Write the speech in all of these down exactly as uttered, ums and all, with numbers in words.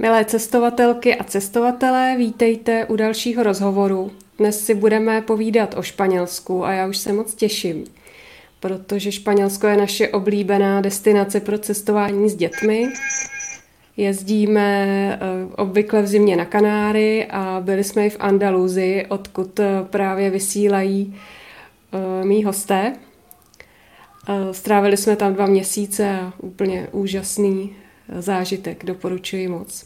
Milé cestovatelky a cestovatelé, vítejte u dalšího rozhovoru. Dnes si budeme povídat o Španělsku a já už se moc těším, protože Španělsko je naše oblíbená destinace pro cestování s dětmi. Jezdíme obvykle v zimě na Kanáry a byli jsme i v Andaluzii, odkud právě vysílají mí hosté. Strávili jsme tam dva měsíce a úplně úžasný zážitek, doporučuji moc.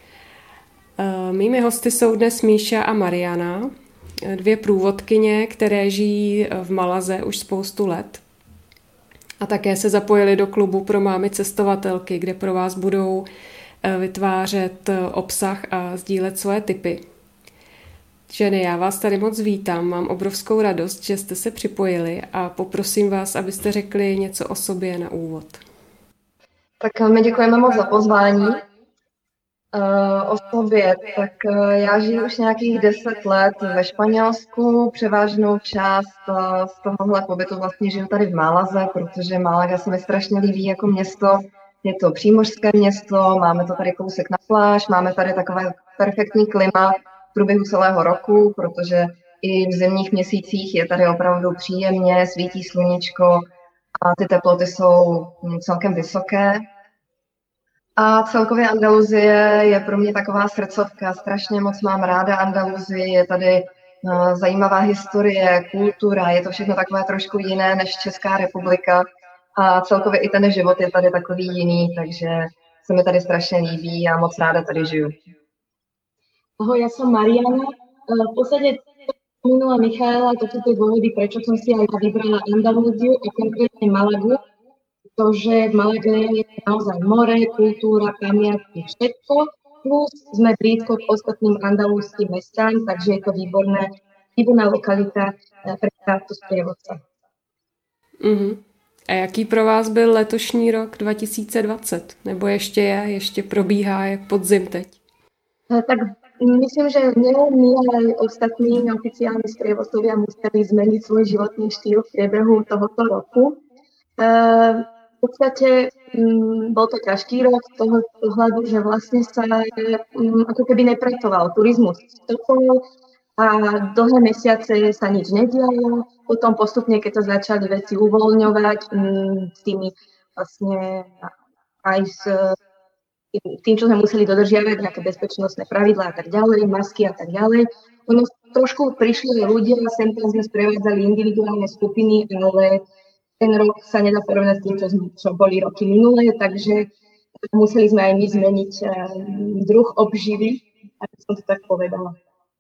Mými hosty jsou dnes Míša a Mariana, dvě průvodkyně, které žijí v Malaze už spoustu let. A také se zapojili do klubu pro mámy cestovatelky, kde pro vás budou vytvářet obsah a sdílet svoje tipy. Ženy, já vás tady moc vítám, mám obrovskou radost, že jste se připojili a poprosím vás, abyste řekli něco o sobě na úvod. Tak my děkujeme moc za pozvání. Uh, o sobě, tak uh, já žiju už nějakých deset let ve Španělsku, převážnou část uh, z tohohle pobytu vlastně žiju tady v Málaze, protože Málaga se mi strašně líbí jako město. Je to přímořské město, máme to tady kousek na pláž, máme tady takové perfektní klima v průběhu celého roku, protože i v zimních měsících je tady opravdu příjemně, svítí sluníčko a ty teploty jsou celkem vysoké. A celkově Andaluzie je pro mě taková srdcovka, strašně moc mám ráda Andaluzii, je tady uh, zajímavá historie, kultura, je to všechno takové trošku jiné než Česká republika a celkově i ten život je tady takový jiný, takže se mi tady strašně líbí a moc ráda tady žiju. Ahoj, ja som Mariana. V podstate minula Michaela, to sú tie dôvody, prečo som si aj vybrala Andalúziu a konkrétne Malagu, pretože v Malage je naozaj more, kultúra, pamiatky, všetko. Plus sme blízko k ostatným andalúzským mestám, takže je to výborné, výborná lokalita pre táto sprievodca. Uh-huh. A jaký pro vás byl letošní rok dva tisíce dvacet? Nebo ještě je, ještě probíhá jak podzim teď? Tak myslím, že nielen my, ale aj ostatní oficiálni sprievodcovia museli zmeniť svoj životný štýl v priebehu tohoto roku. V podstate um, bol to ťažký rok z toho pohľadu, že vlastne sa um, ako keby nepracoval. Turizmus stopol a dlhé mesiace sa nič nedialo. Potom postupne, keď sa začali veci uvoľňovať um, s tými vlastne aj s tým, čo sme museli dodržiavať, nejaké bezpečnostné pravidlá a tak ďalej, masky a tak ďalej. Ono trošku prišli ľudia, sem tam sme sprevádzali individuálne skupiny, ale ten rok sa nedá porovnať s tým, čo, čo boli roky minulé, takže museli sme aj my zmeniť uh, druh obživy, aby som to tak povedala.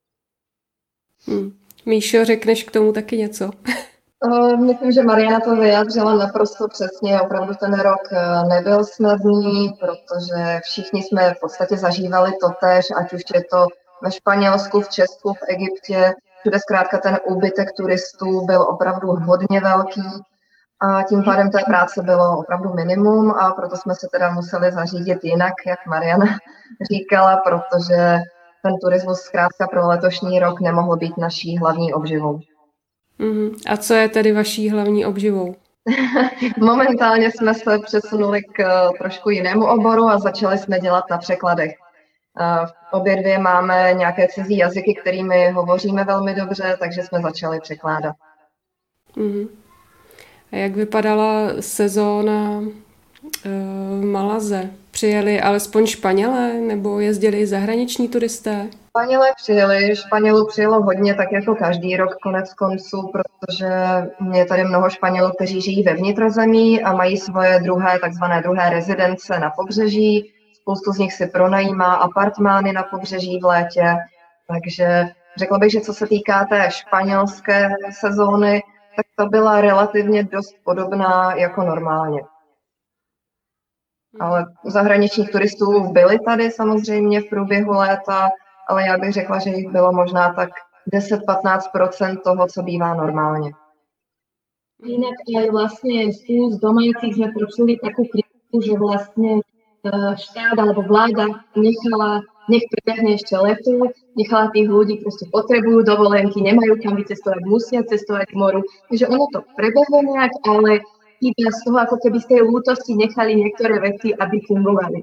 Hmm. Míšo, řekneš k tomu taky něco? Uh, myslím, že Mariana to vyjádřila naprosto přesně. Opravdu ten rok nebyl snadný, protože všichni jsme v podstatě zažívali totéž, ať už je to ve Španělsku, v Česku, v Egyptě. Všude zkrátka ten úbytek turistů byl opravdu hodně velký. A tím pádem té práce bylo opravdu minimum a proto jsme se teda museli zařídit jinak, jak Mariana říkala, protože ten turismus zkrátka pro letošní rok nemohl být naší hlavní obživou. Mm, a co je tedy vaší hlavní obživou? Momentálně jsme se přesunuli k trošku jinému oboru a začali jsme dělat na překladech. Obě dvě máme nějaké cizí jazyky, kterými hovoříme velmi dobře, takže jsme začali překládat. Mm. A jak vypadala sezóna v Malaze? Přijeli alespoň Španělé nebo jezdili zahraniční turisté? Španělé přijeli, Španělů přijelo hodně, tak jako každý rok konec konců, protože je tady mnoho Španělů, kteří žijí ve vnitrozemí a mají svoje druhé, takzvané druhé rezidence na pobřeží. Spoustu z nich si pronajímá apartmány na pobřeží v létě, takže řekla bych, že co se týká té španělské sezóny, tak to byla relativně dost podobná jako normálně. Ale zahraničních turistů byli tady samozřejmě v průběhu léta, ale já bych řekla, že jich bylo možná tak deset až patnáct procent toho, co bývá normálně. Inak aj vlastne z domácich sme počuli takú kritiku, že vlastne štát alebo vláda nechala, nech prebehne ešte leto, nechala tých ľudí, proste potrebujú dovolenky, nemajú kam vycestovať, musia cestovať k moru. Takže ono to prebehlo nejak, ale iba z toho, ako keby z tej lútosti nechali niektoré veci, aby fungovali.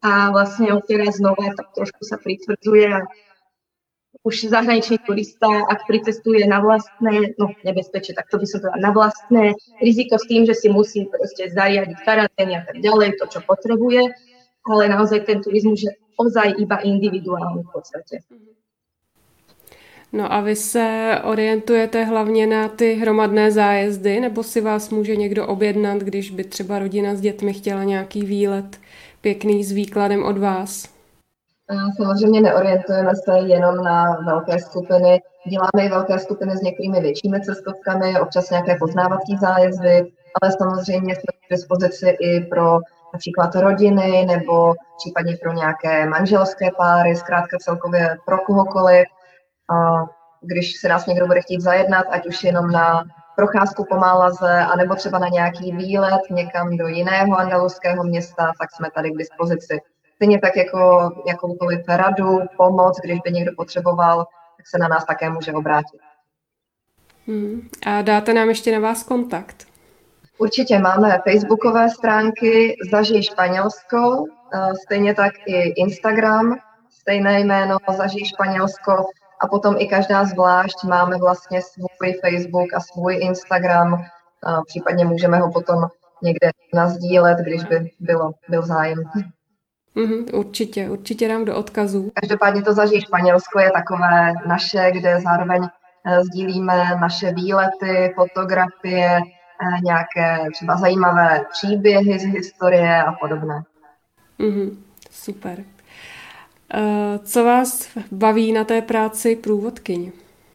a vlastne odteraz znova tak trošku sa pritvrdzuje a už zahraničný turista, ak pricestuje na vlastné, no nebezpečie, tak to by som povedala, na vlastné riziko s tým, že si musí proste zariadiť karantény a tak ďalej, to, čo potrebuje, ale naozaj ten turizmus je ozaj iba individuálny v podstate. No a vy se orientujete hlavně na ty hromadné zájezdy, nebo si vás může někdo objednat, když by třeba rodina s dětmi chtěla nějaký výlet pěkný s výkladem od vás? Samozřejmě neorientujeme se jenom na velké skupiny. Děláme i velké skupiny s některými většími cestovkami, občas nějaké poznávací zájezdy, ale samozřejmě jsme k dispozici i pro například rodiny nebo případně pro nějaké manželské páry, zkrátka celkově pro kohokoliv. A když se nás někdo bude chtít zajednat, ať už jenom na procházku po Málaze, anebo třeba na nějaký výlet někam do jiného andaluského města, tak jsme tady k dispozici. Stejně tak jako jakoukoliv radu, pomoc, když by někdo potřeboval, tak se na nás také může obrátit. Hmm. A dáte nám ještě na vás kontakt? Určitě máme facebookové stránky Zažij Španělsko, stejně tak i Instagram, stejné jméno Zažij Španělsko a potom i každá zvlášť máme vlastně svůj Facebook a svůj Instagram, a případně můžeme ho potom někde nasdílet, když by bylo, byl zájem. Mm, určitě, určitě dám do odkazů. Každopádně to Zažij Španělsko je takové naše, kde zároveň sdílíme naše výlety, fotografie, nějaké třeba zajímavé příběhy z historie a podobné. Mm, super. Co vás baví na té práci průvodkyň?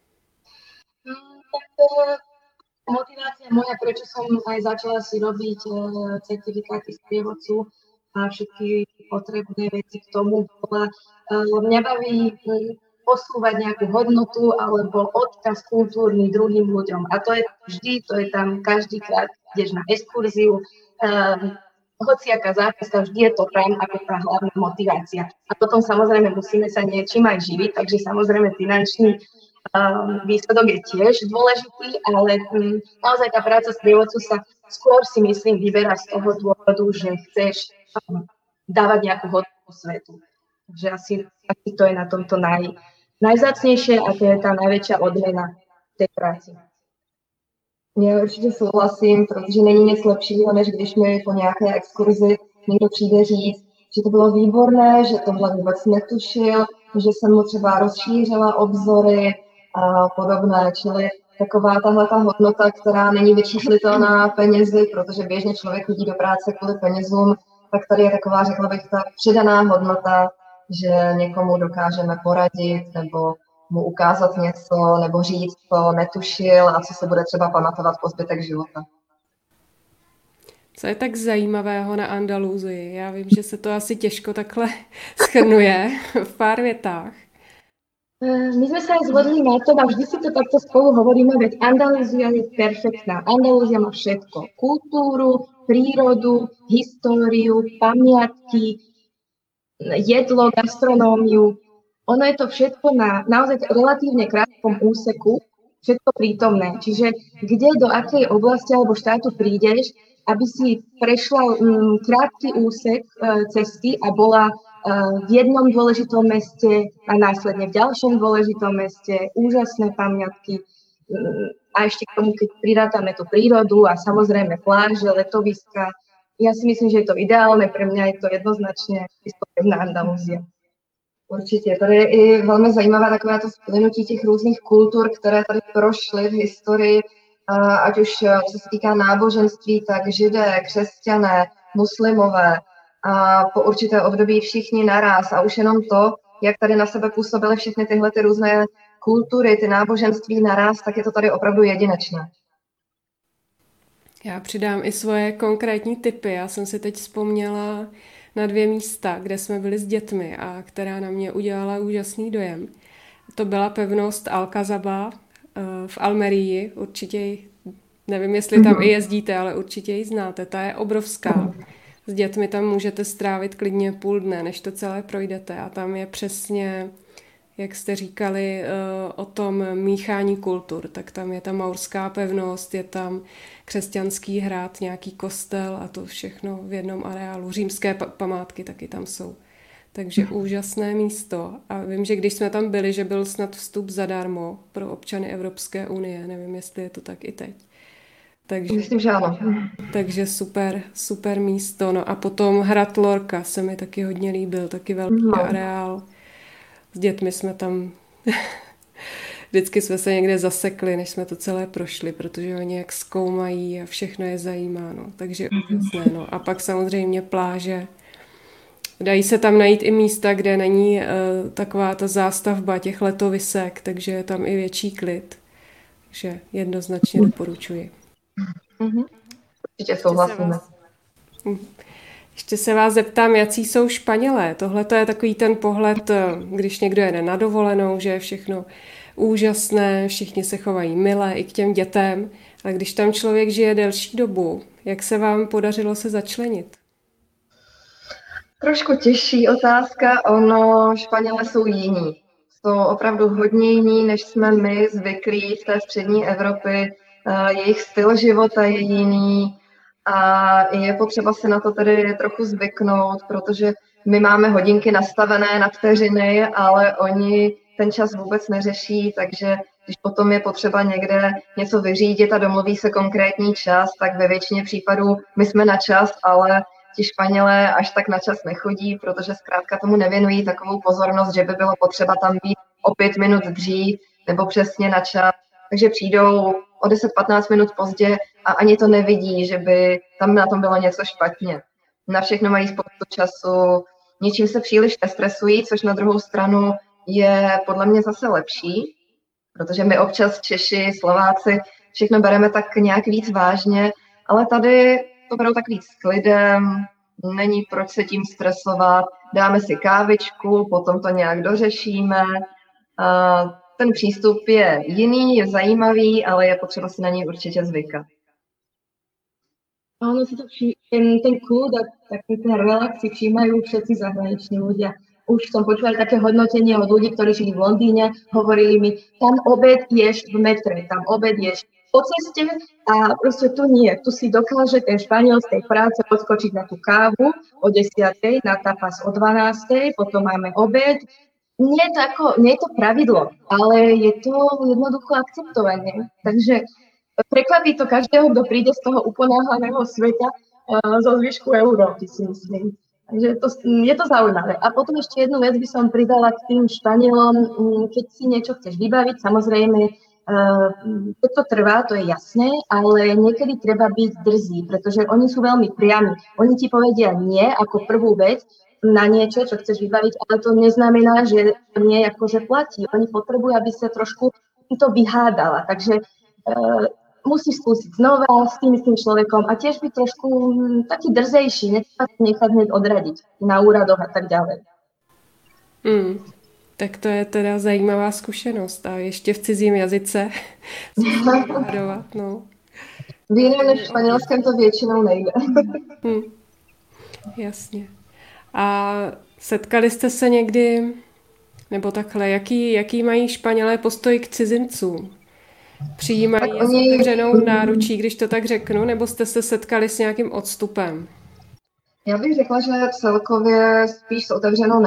Tak motivácia moja, prečo som aj začala si robiť certifikáty sprievodcu a všetky potrebné veci k tomu bola. Mňa baví posúvať nejakú hodnotu alebo odkaz kultúrny druhým ľuďom. A to je vždy, to je tam každýkrát, ideš na exkurziu, um, hociaká zákazka, vždy je to tam ako tá hlavná motivácia. A potom samozrejme musíme sa niečím aj živiť, takže samozrejme finančný um, výsledok je tiež dôležitý, ale um, naozaj tá práca sprievodcu sa skôr si myslím vyberá z toho dôvodu, že chceš um, dávať nejakú hodnotu svetu. Takže asi, asi to je na tomto naj, najvzácnejšie a to je tá najväčšia odmena tej práci. Já určitě souhlasím, protože není nic lepšího, než když mi po nějaké exkurzi někdo přijde říct, že to bylo výborné, že tohle vůbec netušil, že jsem mu třeba rozšířila obzory a podobné. Čili taková tahleta hodnota, která není vyčíslitelná penězi, protože běžně člověk chodí do práce kvůli penězům, tak tady je taková, řekla bych, ta přidaná hodnota, že někomu dokážeme poradit nebo mu ukázat něco nebo říct, co netušil a co se bude třeba pamatovat po zbytek života. Co je tak zajímavého na Andaluzii? Já vím, že se to asi těžko takhle shrnuje v pár větách. My sme sa aj zhodli na tom a vždy si to takto spolu hovoríme, veď Andalúzia je perfektná. Andalúzia má všetko. Kultúru, prírodu, históriu, pamiatky, jedlo, gastronómiu. Ono je to všetko na naozaj relatívne krátkom úseku, všetko prítomné. Čiže kde, do akej oblasti alebo štátu prídeš, aby si prešla um, krátky úsek uh, cesty a bola uh, v jednom dôležitom meste a následne v ďalšom dôležitom meste, úžasné pamiatky um, a ešte k tomu, keď prirátame tú prírodu a samozrejme pláže, letoviska. Ja si myslím, že je to ideálne, pre mňa je to jednoznačne na Andalúzia. Určitě. Tady je i velmi zajímavé takové to splynutí těch různých kultur, které tady prošly v historii, ať už co se týká náboženství, tak židé, křesťané, muslimové a po určité období všichni naraz. A už jenom to, jak tady na sebe působily všechny tyhle ty různé kultury, ty náboženství naraz, tak je to tady opravdu jedinečné. Já přidám i svoje konkrétní tipy. Já jsem si teď vzpomněla na dvě místa, kde jsme byli s dětmi a která na mě udělala úžasný dojem. To byla pevnost Alcazaba v Almerii. Určitě, nevím, jestli tam i jezdíte, ale určitě ji znáte. Ta je obrovská. S dětmi tam můžete strávit klidně půl dne, než to celé projdete. A tam je přesně jak jste říkali o tom míchání kultur, tak tam je ta maurská pevnost, je tam křesťanský hrad, nějaký kostel a to všechno v jednom areálu. Římské památky taky tam jsou. Takže úžasné místo. A vím, že když jsme tam byli, že byl snad vstup zadarmo pro občany Evropské unie. Nevím, jestli je to tak i teď. Takže, Myslím, že ano. Takže super, super místo. No a potom hrad Lorca se mi taky hodně líbil, taky velký no. areál. S dětmi jsme tam... Vždycky jsme se někde zasekli, než jsme to celé prošli, protože oni jak zkoumají a všechno je zajímá. No. Takže úžasné. No. A pak samozřejmě pláže. Dají se tam najít i místa, kde není uh, taková ta zástavba těch letovisek, takže je tam i větší klid. Takže jednoznačně doporučuji. Mm-hmm. Určitě souhlasíme. Vás... Ještě se vás zeptám, jaký jsou Španělé. Tohle to je takový ten pohled, když někdo jede na dovolenou, že je všechno úžasné, všichni se chovají milé i k těm dětem, ale když tam člověk žije delší dobu, jak se vám podařilo se začlenit? Trošku těžší otázka. Ono, Španělé jsou jiní. Jsou opravdu hodně jiní, než jsme my zvyklí z té střední Evropy. Jejich styl života je jiný a je potřeba se na to tedy trochu zvyknout, protože my máme hodinky nastavené na vteřiny, ale oni ten čas vůbec neřeší, takže když potom je potřeba někde něco vyřídit a domluví se konkrétní čas, tak ve většině případů my jsme na čas, ale ti Španělé až tak na čas nechodí, protože zkrátka tomu nevěnují takovou pozornost, že by bylo potřeba tam být o pět minut dřív nebo přesně na čas. Takže přijdou o deset patnáct minut pozdě a ani to nevidí, že by tam na tom bylo něco špatně. Na všechno mají spoustu času, ničím se příliš nestresují, což na druhou stranu je podle mě zase lepší, protože my občas Češi, Slováci všechno bereme tak nějak víc vážně, ale tady to berou tak víc s klidem, není proč se tím stresovat, dáme si kávičku, potom to nějak dořešíme. Ten přístup je jiný, je zajímavý, ale je potřeba si na něj určitě zvykat. Áno, si to vši- ten, ten kľud a taký ten relax si všímajú všetci zahraniční ľudia. Už som počula také hodnotenie od ľudí, ktorí žili v Londýne, hovorili mi, tam obed ješ v metre, tam obed ješ po ceste a proste tu nie. Tu si dokáže ten Španiel z tej práce odskočiť na tú kávu o desiatej, na tapas o dvanástej, potom máme obed. Nie je to, ako, nie je to pravidlo, ale je to jednoducho akceptovanie. Takže prekvapí to každého, kto príde z toho uponáhlaného sveta uh, zo zvyšku Európy, si myslím. Takže to, je to zaujímavé. A potom ešte jednu vec by som pridala k tým Španielom. Keď si niečo chceš vybaviť, samozrejme, uh, keď to trvá, to je jasné, ale niekedy treba byť drzý, pretože oni sú veľmi priami. Oni ti povedia nie ako prvú vec na niečo, čo chceš vybaviť, ale to neznamená, že to nie akože platí. Oni potrebujú, aby sa trošku to vyhádala. Takže uh, musíš skúsiť znova s tým tým človekom a tiež byť trošku taký drzejší, nechať hneď odradiť na úradoch a tak ďalej. Hmm, tak to je teda zajímavá zkušenost a ještě v cizím jazyce úradovat, no. V jiném než v španělském to většinou nejde. Hmm, jasně. A setkali jste se někdy, nebo takhle, jaký, jaký mají Španělé postoj k cizincům? Přijímají je s otevřenou náručí, když to tak řeknu, nebo jste se setkali s nějakým odstupem? Já bych řekla, že celkově spíš s otevřenou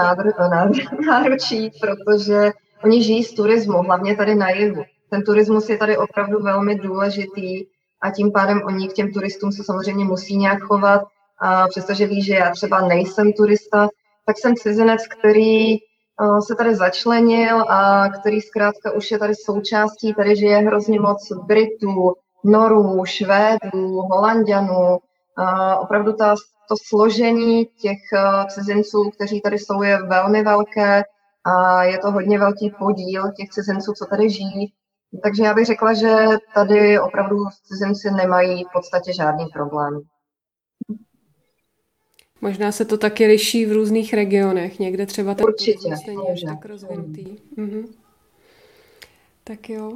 náručí, protože oni žijí z turismu, hlavně tady na jihu. Ten turismus je tady opravdu velmi důležitý a tím pádem oni k těm turistům se samozřejmě musí nějak chovat. A přestože ví, že já třeba nejsem turista, tak jsem cizinec, který se tady začlenil a který zkrátka už je tady součástí, tady žije hrozně moc Britů, Norů, Švédů, Holanďanů. A opravdu ta, to složení těch cizinců, kteří tady jsou, je velmi velké a je to hodně velký podíl těch cizinců, co tady žijí. Takže já bych řekla, že tady opravdu cizinci nemají v podstatě žádný problém. Možná se to taky liší v různých regionech. Někde třeba ten Určitě, není až tak rozvinutý. Mhm. Tak jo.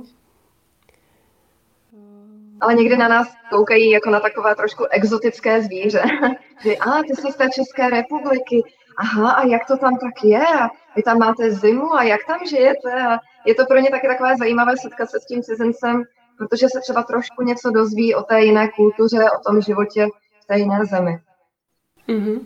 Ale někdy na nás koukají jako na takové trošku exotické zvíře. Že a ty jsi z té České republiky aha, a jak to tam tak je? A vy tam máte zimu a jak tam žijete? A je to pro ně taky takové zajímavé setkat se s tím cizincem, protože se třeba trošku něco dozví o té jiné kultuře, o tom životě v té jiné zemi. Mm-hmm.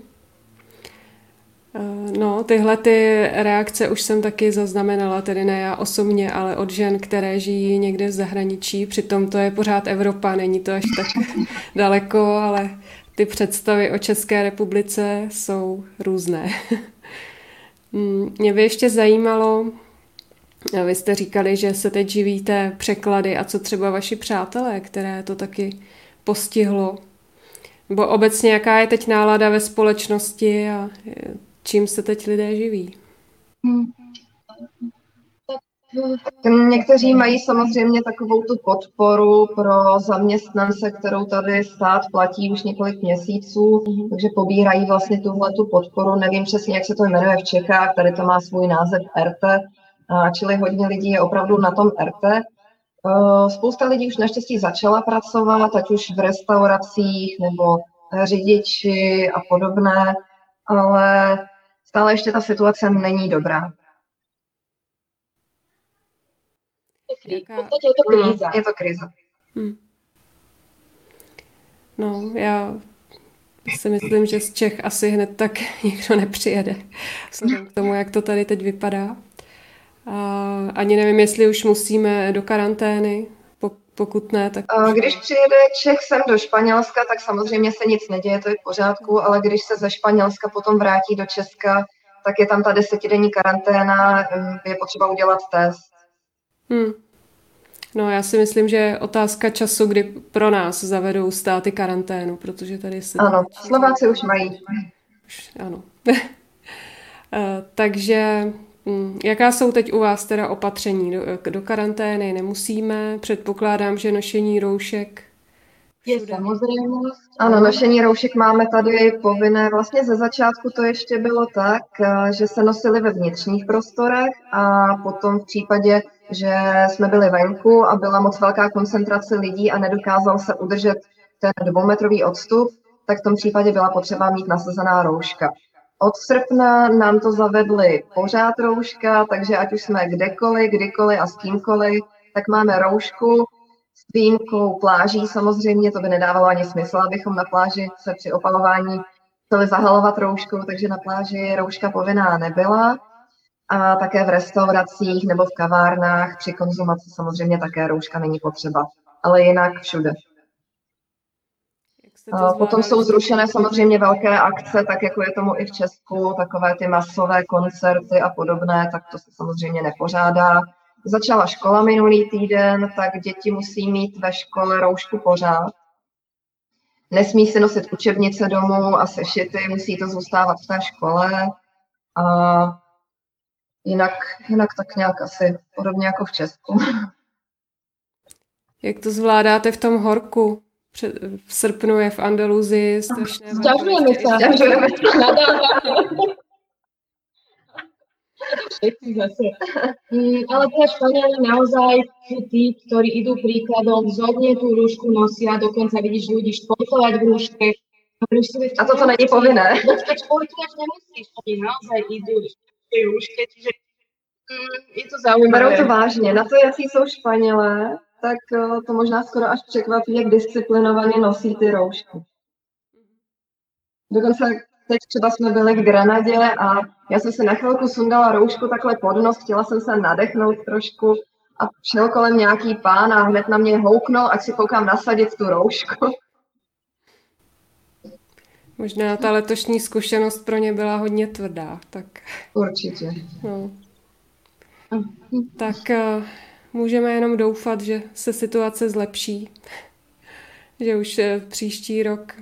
No, tyhle ty reakce už jsem taky zaznamenala, tedy ne já osobně, ale od žen, které žijí někde v zahraničí. Přitom to je pořád Evropa, není to až tak daleko, ale ty představy o České republice jsou různé. Mě by ještě zajímalo, vy jste říkali, že se teď živíte překlady, a co třeba vaši přátelé, které to taky postihlo? Nebo obecně, jaká je teď nálada ve společnosti a čím se teď lidé živí? Hmm. Někteří mají samozřejmě takovou tu podporu pro zaměstnance, kterou tady stát platí už několik měsíců, takže pobírají vlastně tuhle tu podporu. Nevím přesně, jak se to jmenuje v Čechách, tady to má svůj název R T, čili hodně lidí je opravdu na tom R T. Spousta lidí už naštěstí začala pracovat, ať už v restauracích nebo řidiči a podobné, ale stále ještě ta situace není dobrá. V podstatě je to krize. Je to krize. Hmm. No, já si myslím, že z Čech asi hned tak nikdo nepřijede. Vzhledem k tomu, jak to tady teď vypadá. A ani nevím, jestli už musíme do karantény. Pokud ne, tak... Když přijede Čech sem do Španělska, tak samozřejmě se nic neděje, to je v pořádku, ale když se ze Španělska potom vrátí do Česka, tak je tam ta desetidenní karanténa, je potřeba udělat test. Hmm. No, já si myslím, že je otázka času, kdy pro nás zavedou státy karanténu, protože tady se... Ano, Slováci už mají. Už, ano. Takže... Jaká jsou teď u vás teda opatření? Do, do karantény nemusíme? Předpokládám, že nošení roušek... Je samozřejmě. Ano, nošení roušek máme tady povinné. Vlastně ze začátku to ještě bylo tak, že se nosily ve vnitřních prostorech a potom v případě, že jsme byli venku a byla moc velká koncentrace lidí a nedokázal se udržet ten dvoumetrový odstup, tak v tom případě byla potřeba mít nasazená rouška. Od srpna nám to zavedli pořád rouška, takže ať už jsme kdekoliv, kdykoliv a s kýmkoliv, tak máme roušku s výjimkou pláží. Samozřejmě to by nedávalo ani smysl, abychom na pláži se při opalování chtěli zahalovat rouškou, takže na pláži rouška povinná nebyla. A také v restauracích nebo v kavárnách při konzumaci samozřejmě také rouška není potřeba, ale jinak všude. Potom jsou zrušené samozřejmě velké akce, tak jako je tomu i v Česku, takové ty masové koncerty a podobné, tak to se samozřejmě nepořádá. Začala škola minulý týden, tak děti musí mít ve škole roušku pořád. Nesmí si nosit učebnice domů a sešity, musí to zůstávat v té škole. A jinak, jinak tak nějak asi podobně jako v Česku. Jak to zvládáte v tom horku? Před, v srpnu je v Andaluzii strašné... Sťažujeme sa. Sťažujeme sa. Ale tie Španieli naozaj sú tí, ktorí idú príkladom, vzorne tú rúšku nosia, dokonca vidíš ľudí športovať v rúške. A toto není povinné. Keď športuješ, nemusíš, oni naozaj idú v tej rúške, čiže je to zaujímavé. Berou to vážně. Na to, jaký jsou Španělé, tak to možná skoro až překvapí, jak disciplinovaně nosí ty roušky. Dokonce teď třeba jsme byli v Granadě a já jsem se na chvilku sundala roušku takhle pod nos, chtěla jsem se nadechnout trošku a šel kolem nějaký pán a hned na mě houknul, ať si koukám nasadit tu roušku. Možná ta letošní zkušenost pro ně byla hodně tvrdá. Tak... Určitě. No. Tak... Můžeme jenom doufat, že se situace zlepší, že už příští rok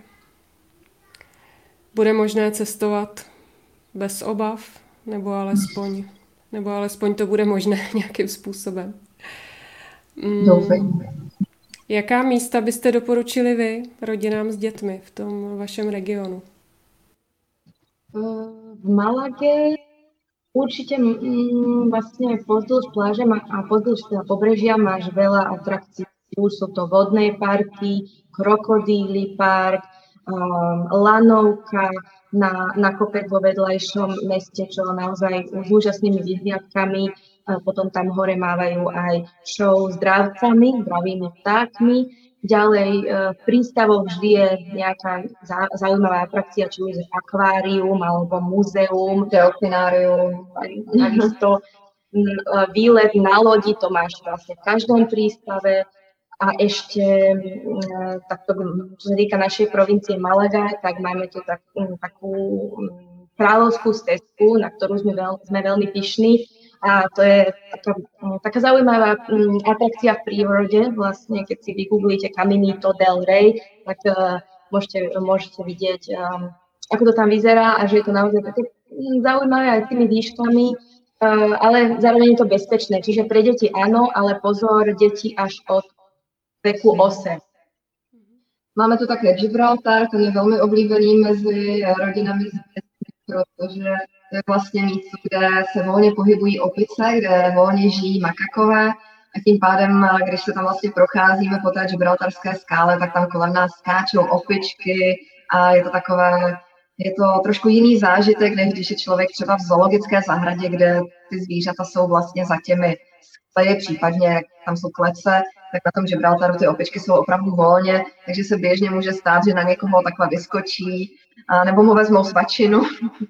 bude možné cestovat bez obav, nebo alespoň, nebo alespoň to bude možné nějakým způsobem. Doufám. Jaká místa byste doporučili vy rodinám s dětmi v tom vašem regionu? V Malage určite mm, vlastne pozdĺž pláže a pozdĺž pobrežia máš veľa atrakcií. Už sú to vodné parky, krokodíly park, um, lanovka na, na kopec vo vedľajšom meste, čo naozaj s úžasnými vyhliadkami. Potom tam hore mávajú aj show s dravcami, zdravými vtákmi. Ďalej v prístavoch vždy je nejaká zaujímavá atrakcia, či už akvárium alebo muzeum, delfinárium, takisto výlet na lodi, to máš vlastne v každom prístave. A ešte takto, čo sa týka našej provincie Malaga, tak máme tu tak, takú kráľovskú stezku, na ktorú sme, veľ, sme veľmi pyšní. A to je taká, taká zaujímavá atrakcia v prírode. Vlastne, keď si vygooglíte Caminito del Rey, tak uh, môžete, môžete vidieť, um, ako to tam vyzerá a že je to naozaj také zaujímavé aj tými výškami, uh, ale zároveň je to bezpečné. Čiže pre deti áno, ale pozor, deti až od veku osem. Máme tu také Gibraltar, ten je velmi oblíbený mezi rodinami s dětmi, protože to je vlastně místo, kde se volně pohybují opice, kde volně žijí makakové a tím pádem, když se tam vlastně procházíme po té Gibraltarské skále, tak tam kolem nás skáčou opičky a je to takové, je to trošku jiný zážitek, než když je člověk třeba v zoologické zahradě, kde ty zvířata jsou vlastně za těmi skleje, případně tam jsou klece, tak na tom Gibraltaru ty opičky jsou opravdu volně, takže se běžně může stát, že na někoho takhle vyskočí, a nebo mu vezmou svačinu.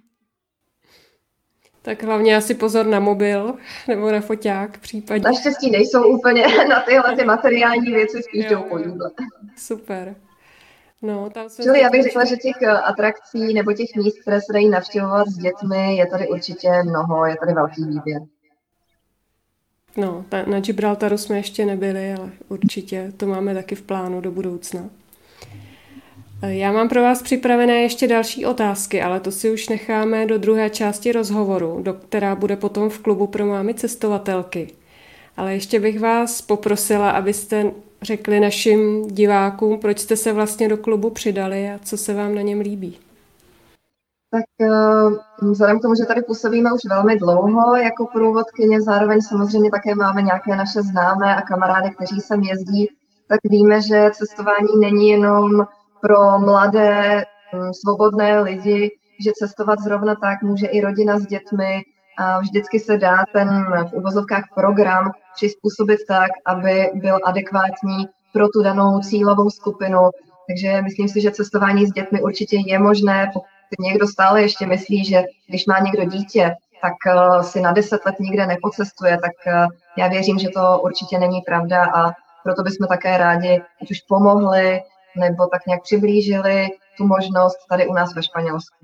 Tak hlavně asi pozor na mobil nebo na foťák případně. Naštěstí nejsou úplně na tyhle ty materiální věci, spíš jdou po jídle. Super. No, tam jsme Čili já bych řekla, že těch atrakcí nebo těch míst, které se dají navštěvovat s dětmi, je tady určitě mnoho, je tady velký výběr. No, na Gibraltaru jsme ještě nebyli, ale určitě to máme taky v plánu do budoucna. Já mám pro vás připravené ještě další otázky, ale to si už necháme do druhé části rozhovoru, do která bude potom v klubu pro mámy cestovatelky. Ale ještě bych vás poprosila, abyste řekli našim divákům, proč jste se vlastně do klubu přidali a co se vám na něm líbí. Tak vzhledem k tomu, že tady působíme už velmi dlouho jako průvodkyně, zároveň samozřejmě také máme nějaké naše známé a kamarády, kteří sem jezdí, tak víme, že cestování není jenom pro mladé, svobodné lidi, že cestovat zrovna tak může i rodina s dětmi a vždycky se dá ten v uvozovkách program přizpůsobit tak, aby byl adekvátní pro tu danou cílovou skupinu. Takže myslím si, že cestování s dětmi určitě je možné. Pokud někdo stále ještě myslí, že když má někdo dítě, tak uh, si na deset let nikde nepocestuje, tak uh, já věřím, že to určitě není pravda a proto bychom také rádi, ať už pomohli, nebo tak nějak přiblížili tu možnost tady u nás ve Španělsku.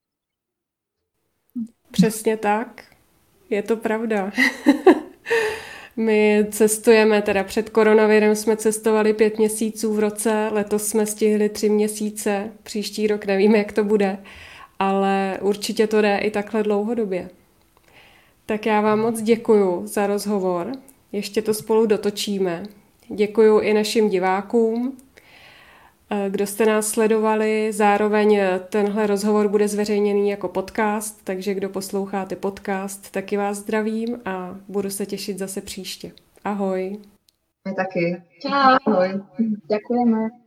Přesně tak, je to pravda. My cestujeme, teda před koronavirem jsme cestovali pět měsíců v roce, letos jsme stihli tři měsíce, příští rok nevíme, jak to bude, ale určitě to jde i takhle dlouhodobě. Tak já vám moc děkuju za rozhovor, ještě to spolu dotočíme. Děkuju i našim divákům, kdo jste nás sledovali, zároveň tenhle rozhovor bude zveřejněný jako podcast, takže kdo posloucháte podcast, taky vás zdravím a budu se těšit zase příště. Ahoj. My taky. Čau. Ahoj. Děkujeme.